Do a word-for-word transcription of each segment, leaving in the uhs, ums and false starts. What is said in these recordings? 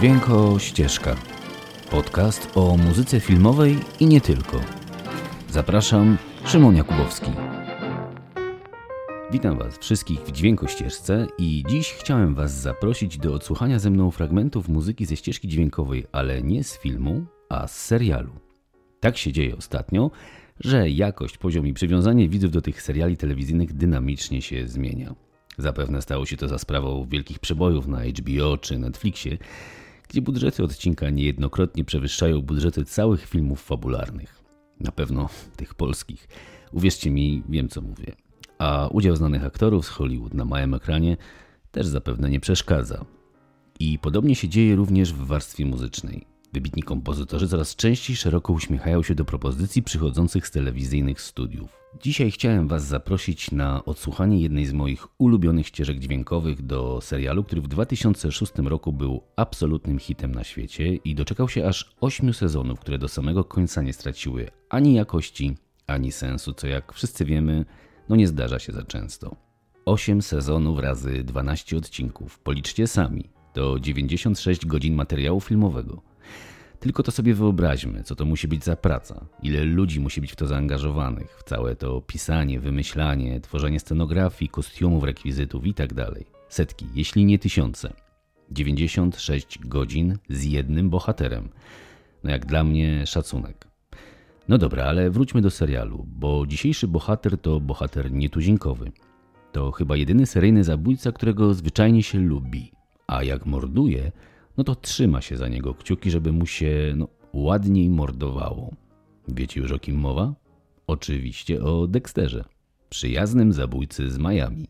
Dźwięko Ścieżka. Podcast o muzyce filmowej i nie tylko. Zapraszam, Szymon Jakubowski. Witam Was wszystkich w Dźwięko Ścieżce i dziś chciałem Was zaprosić do odsłuchania ze mną fragmentów muzyki ze ścieżki dźwiękowej, ale nie z filmu, a z serialu. Tak się dzieje ostatnio, że jakość, poziom i przywiązanie widzów do tych seriali telewizyjnych dynamicznie się zmienia. Zapewne stało się to za sprawą wielkich przebojów na H B O czy Netflixie, gdzie budżety odcinka niejednokrotnie przewyższają budżety całych filmów fabularnych. Na pewno tych polskich. Uwierzcie mi, wiem co mówię. A udział znanych aktorów z Hollywood na małym ekranie też zapewne nie przeszkadza. I podobnie się dzieje również w warstwie muzycznej. Wybitni kompozytorzy coraz częściej szeroko uśmiechają się do propozycji przychodzących z telewizyjnych studiów. Dzisiaj chciałem Was zaprosić na odsłuchanie jednej z moich ulubionych ścieżek dźwiękowych do serialu, który w dwa tysiące szóstym roku był absolutnym hitem na świecie i doczekał się aż ośmiu sezonów, które do samego końca nie straciły ani jakości, ani sensu, co jak wszyscy wiemy, no nie zdarza się za często. Osiem sezonów razy dwanaście odcinków, policzcie sami, to dziewięćdziesiąt sześć godzin materiału filmowego. Tylko to sobie wyobraźmy, co to musi być za praca, ile ludzi musi być w to zaangażowanych, w całe to pisanie, wymyślanie, tworzenie scenografii, kostiumów, rekwizytów itd. Setki, jeśli nie tysiące. dziewięćdziesiąt sześć godzin z jednym bohaterem. No jak dla mnie szacunek. No dobra, ale wróćmy do serialu, bo dzisiejszy bohater to bohater nietuzinkowy. To chyba jedyny seryjny zabójca, którego zwyczajnie się lubi. A jak morduje, no to trzyma się za niego kciuki, żeby mu się no, ładniej mordowało. Wiecie już o kim mowa? Oczywiście o Dexterze, przyjaznym zabójcy z Miami.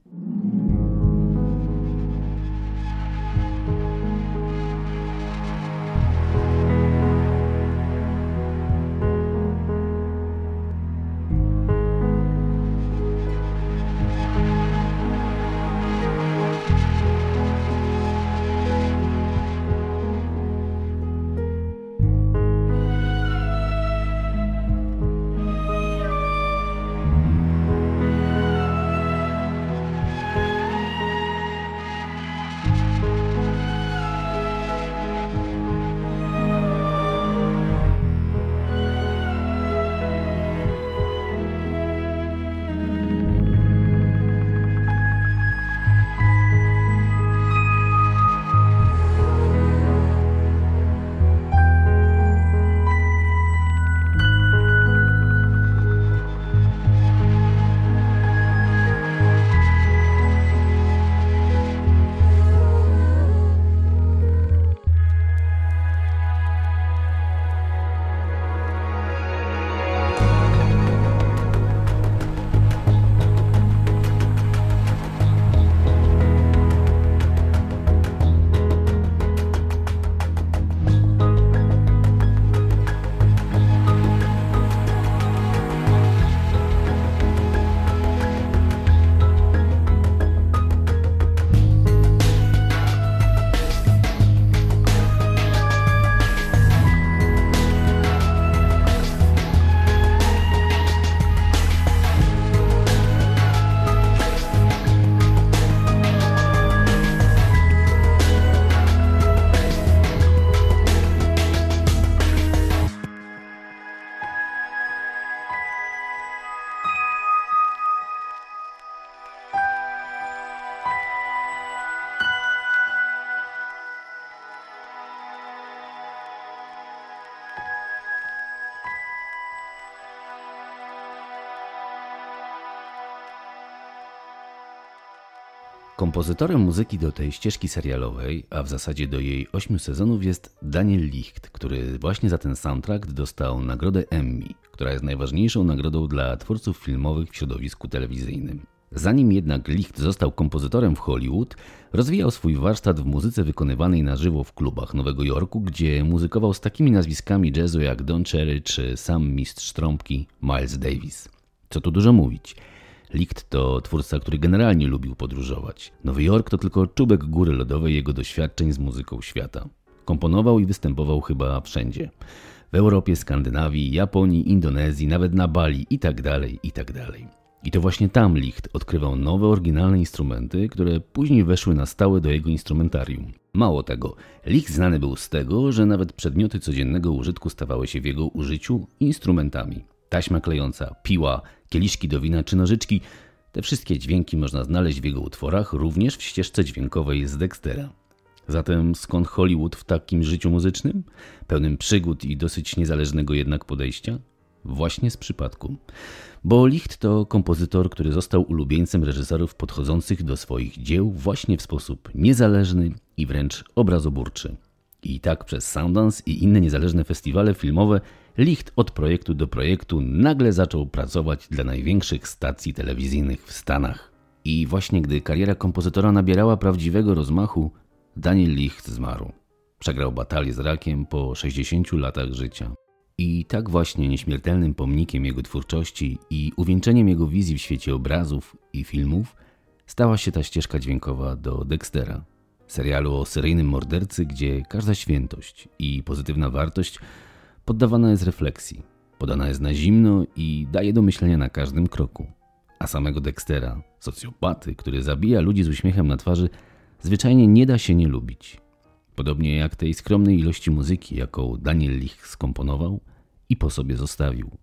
Kompozytorem muzyki do tej ścieżki serialowej, a w zasadzie do jej ośmiu sezonów jest Daniel Licht, który właśnie za ten soundtrack dostał nagrodę Emmy, która jest najważniejszą nagrodą dla twórców filmowych w środowisku telewizyjnym. Zanim jednak Licht został kompozytorem w Hollywood, rozwijał swój warsztat w muzyce wykonywanej na żywo w klubach Nowego Jorku, gdzie muzykował z takimi nazwiskami jazzu jak Don Cherry czy sam mistrz trąbki Miles Davis. Co tu dużo mówić. Licht to twórca, który generalnie lubił podróżować. Nowy Jork to tylko czubek góry lodowej jego doświadczeń z muzyką świata. Komponował i występował chyba wszędzie. W Europie, Skandynawii, Japonii, Indonezji, nawet na Bali i tak dalej, i tak dalej. I to właśnie tam Licht odkrywał nowe, oryginalne instrumenty, które później weszły na stałe do jego instrumentarium. Mało tego, Licht znany był z tego, że nawet przedmioty codziennego użytku stawały się w jego użyciu instrumentami. Taśma klejąca, piła, kieliszki do wina czy nożyczki – te wszystkie dźwięki można znaleźć w jego utworach, również w ścieżce dźwiękowej z Dextera. Zatem skąd Hollywood w takim życiu muzycznym? Pełnym przygód i dosyć niezależnego jednak podejścia? Właśnie z przypadku. Bo Licht to kompozytor, który został ulubieńcem reżyserów podchodzących do swoich dzieł właśnie w sposób niezależny i wręcz obrazoburczy. I tak przez Sundance i inne niezależne festiwale filmowe Licht od projektu do projektu nagle zaczął pracować dla największych stacji telewizyjnych w Stanach. I właśnie gdy kariera kompozytora nabierała prawdziwego rozmachu, Daniel Licht zmarł. Przegrał batalię z rakiem po sześćdziesięciu latach życia. I tak właśnie nieśmiertelnym pomnikiem jego twórczości i uwieńczeniem jego wizji w świecie obrazów i filmów stała się ta ścieżka dźwiękowa do Dextera. Serialu o seryjnym mordercy, gdzie każda świętość i pozytywna wartość poddawana jest refleksji, podana jest na zimno i daje do myślenia na każdym kroku. A samego Dextera, socjopaty, który zabija ludzi z uśmiechem na twarzy, zwyczajnie nie da się nie lubić. Podobnie jak tej skromnej ilości muzyki, jaką Daniel Licht skomponował i po sobie zostawił.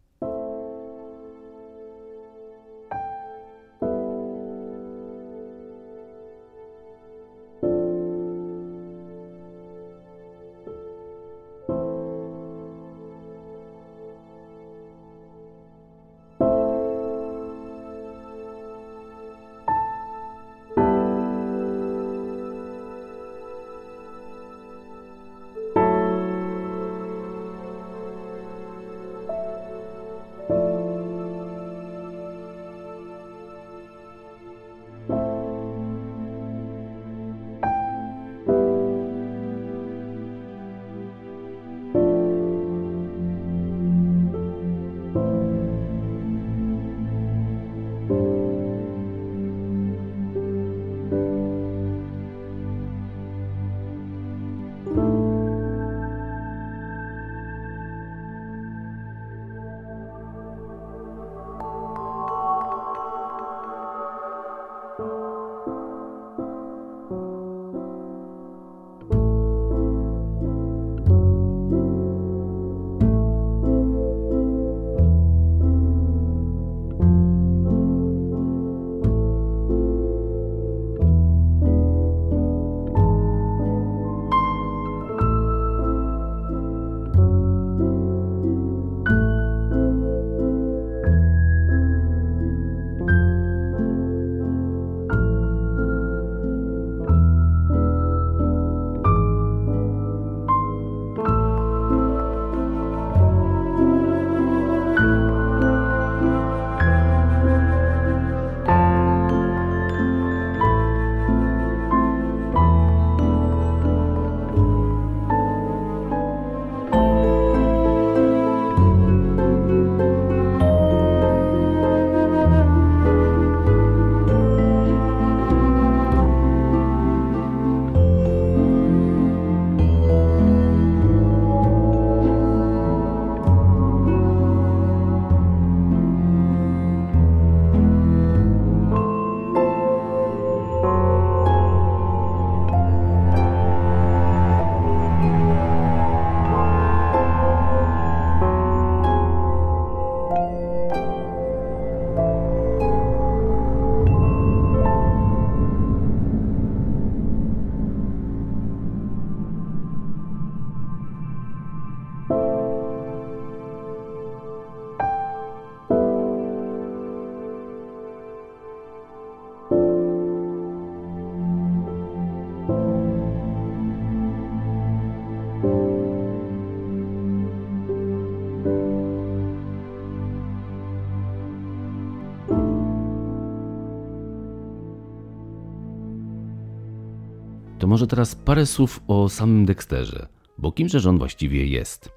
To może teraz parę słów o samym Dexterze, bo kimżeż on właściwie jest?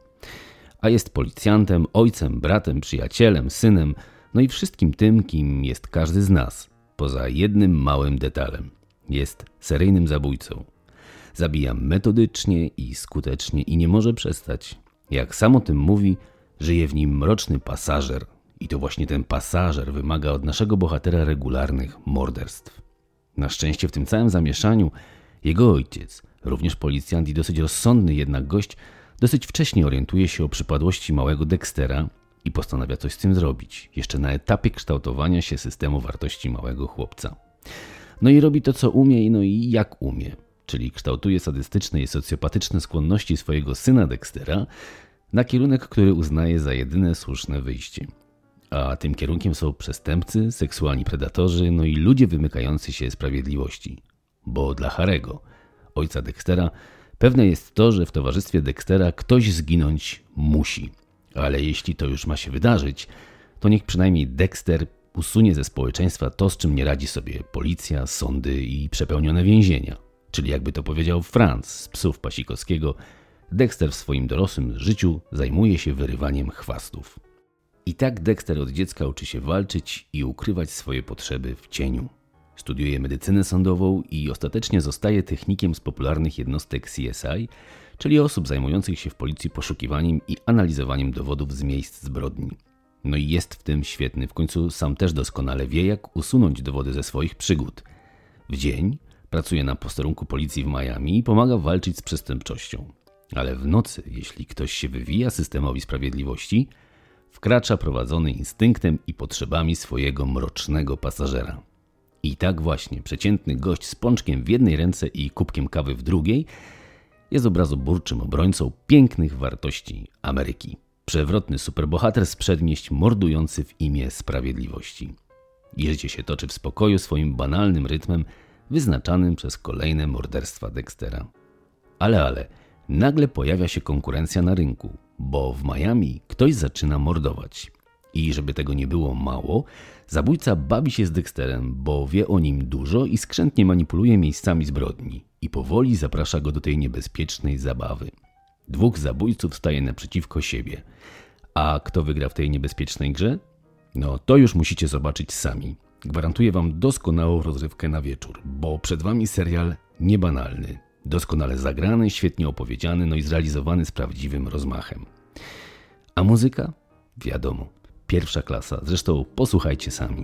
A jest policjantem, ojcem, bratem, przyjacielem, synem, no i wszystkim tym, kim jest każdy z nas, poza jednym małym detalem. Jest seryjnym zabójcą. Zabija metodycznie i skutecznie i nie może przestać. Jak sam o tym mówi, żyje w nim mroczny pasażer I to właśnie ten pasażer wymaga od naszego bohatera regularnych morderstw. Na szczęście w tym całym zamieszaniu jego ojciec, również policjant i dosyć rozsądny jednak gość, dosyć wcześnie orientuje się o przypadłości małego Dextera i postanawia coś z tym zrobić, jeszcze na etapie kształtowania się systemu wartości małego chłopca. No i robi to, co umie, no i jak umie, czyli kształtuje sadystyczne i socjopatyczne skłonności swojego syna Dextera na kierunek, który uznaje za jedyne słuszne wyjście. A tym kierunkiem są przestępcy, seksualni predatorzy, no i ludzie wymykający się sprawiedliwości. Bo dla Harego, ojca Dextera, pewne jest to, że w towarzystwie Dextera ktoś zginąć musi. Ale jeśli to już ma się wydarzyć, to niech przynajmniej Dexter usunie ze społeczeństwa to, z czym nie radzi sobie policja, sądy i przepełnione więzienia. Czyli jakby to powiedział Franz z Psów Pasikowskiego, Dexter w swoim dorosłym życiu zajmuje się wyrywaniem chwastów. I tak Dexter od dziecka uczy się walczyć i ukrywać swoje potrzeby w cieniu. Studiuje medycynę sądową i ostatecznie zostaje technikiem z popularnych jednostek C S I, czyli osób zajmujących się w policji poszukiwaniem i analizowaniem dowodów z miejsc zbrodni. No i jest w tym świetny, w końcu sam też doskonale wie, jak usunąć dowody ze swoich przygód. W dzień pracuje na posterunku policji w Miami i pomaga walczyć z przestępczością. Ale w nocy, jeśli ktoś się wywija systemowi sprawiedliwości, wkracza prowadzony instynktem i potrzebami swojego mrocznego pasażera. I tak właśnie przeciętny gość z pączkiem w jednej ręce i kubkiem kawy w drugiej jest obrazoburczym obrońcą pięknych wartości Ameryki. Przewrotny superbohater z przedmieść mordujący w imię sprawiedliwości. I życie się toczy w spokoju swoim banalnym rytmem wyznaczanym przez kolejne morderstwa Dextera. Ale, ale, nagle pojawia się konkurencja na rynku, bo w Miami ktoś zaczyna mordować. I żeby tego nie było mało, zabójca bawi się z Dexterem, bo wie o nim dużo i skrzętnie manipuluje miejscami zbrodni i powoli zaprasza go do tej niebezpiecznej zabawy. Dwóch zabójców staje naprzeciwko siebie. A kto wygra w tej niebezpiecznej grze? No to już musicie zobaczyć sami. Gwarantuję wam doskonałą rozrywkę na wieczór, bo przed wami serial niebanalny, doskonale zagrany, świetnie opowiedziany, no i zrealizowany z prawdziwym rozmachem. A muzyka? Wiadomo, pierwsza klasa, zresztą posłuchajcie sami.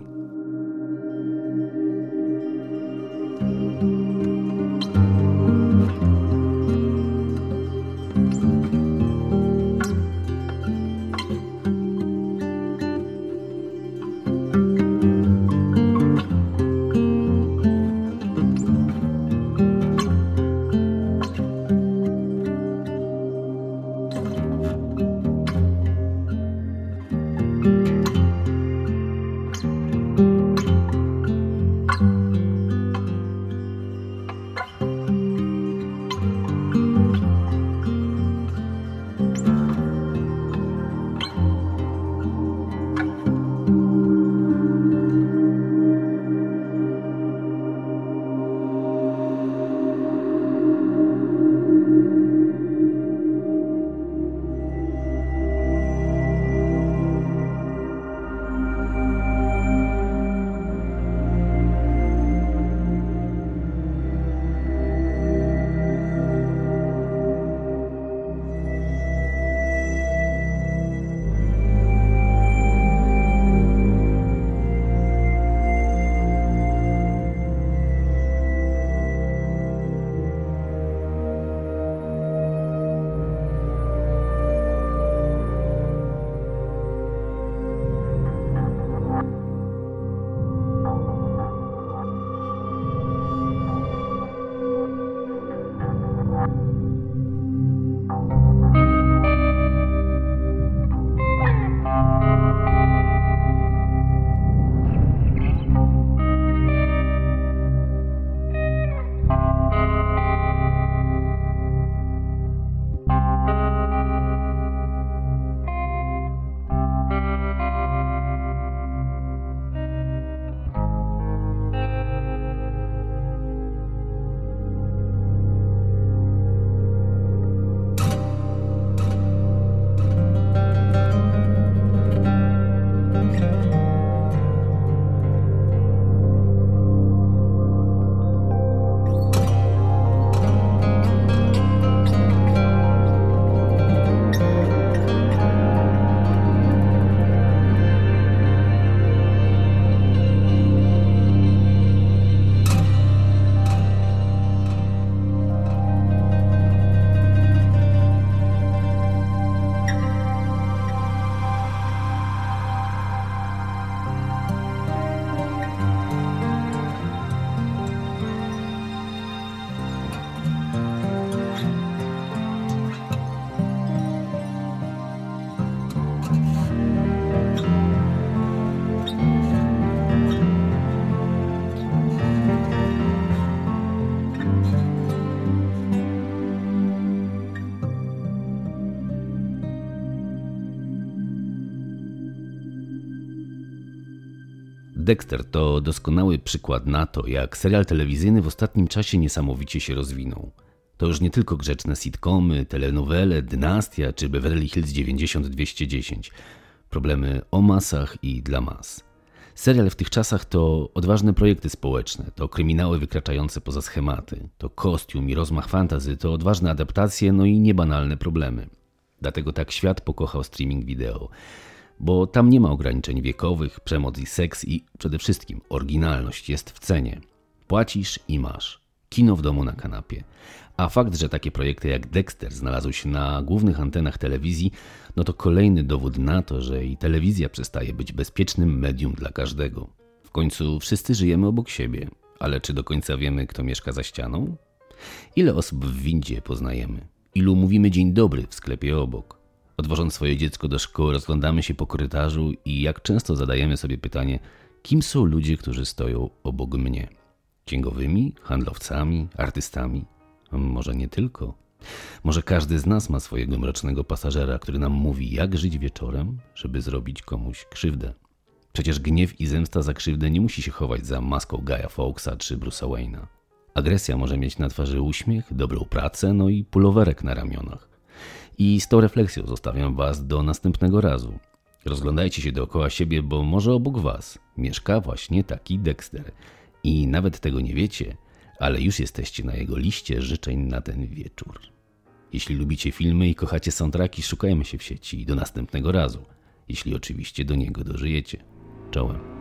Dexter to doskonały przykład na to, jak serial telewizyjny w ostatnim czasie niesamowicie się rozwinął. To już nie tylko grzeczne sitcomy, telenowele, Dynastia czy Beverly Hills dziewięćdziesiąt dwieście dziesięć. Problemy o masach i dla mas. Serial w tych czasach to odważne projekty społeczne, to kryminały wykraczające poza schematy, to kostium i rozmach fantasy, to odważne adaptacje, no i niebanalne problemy. Dlatego tak świat pokochał streaming wideo. Bo tam nie ma ograniczeń wiekowych, przemoc i seks i przede wszystkim oryginalność jest w cenie. Płacisz i masz. Kino w domu na kanapie. A fakt, że takie projekty jak Dexter znalazły się na głównych antenach telewizji, no to kolejny dowód na to, że i telewizja przestaje być bezpiecznym medium dla każdego. W końcu wszyscy żyjemy obok siebie, ale czy do końca wiemy, kto mieszka za ścianą? Ile osób w windzie poznajemy? Ilu mówimy dzień dobry w sklepie obok? Odwożąc swoje dziecko do szkoły, rozglądamy się po korytarzu i jak często zadajemy sobie pytanie, kim są ludzie, którzy stoją obok mnie? Księgowymi, handlowcami, artystami? Może nie tylko. Może każdy z nas ma swojego mrocznego pasażera, który nam mówi, jak żyć wieczorem, żeby zrobić komuś krzywdę. Przecież gniew i zemsta za krzywdę nie musi się chować za maską Guy'a Fawkesa czy Bruce'a Wayne'a. Agresja może mieć na twarzy uśmiech, dobrą pracę, no i pulowerek na ramionach. I z tą refleksją zostawiam Was do następnego razu. Rozglądajcie się dookoła siebie, bo może obok Was mieszka właśnie taki Dexter. I nawet tego nie wiecie, ale już jesteście na jego liście życzeń na ten wieczór. Jeśli lubicie filmy i kochacie soundtracki, szukajmy się w sieci i do następnego razu. Jeśli oczywiście do niego dożyjecie. Czołem.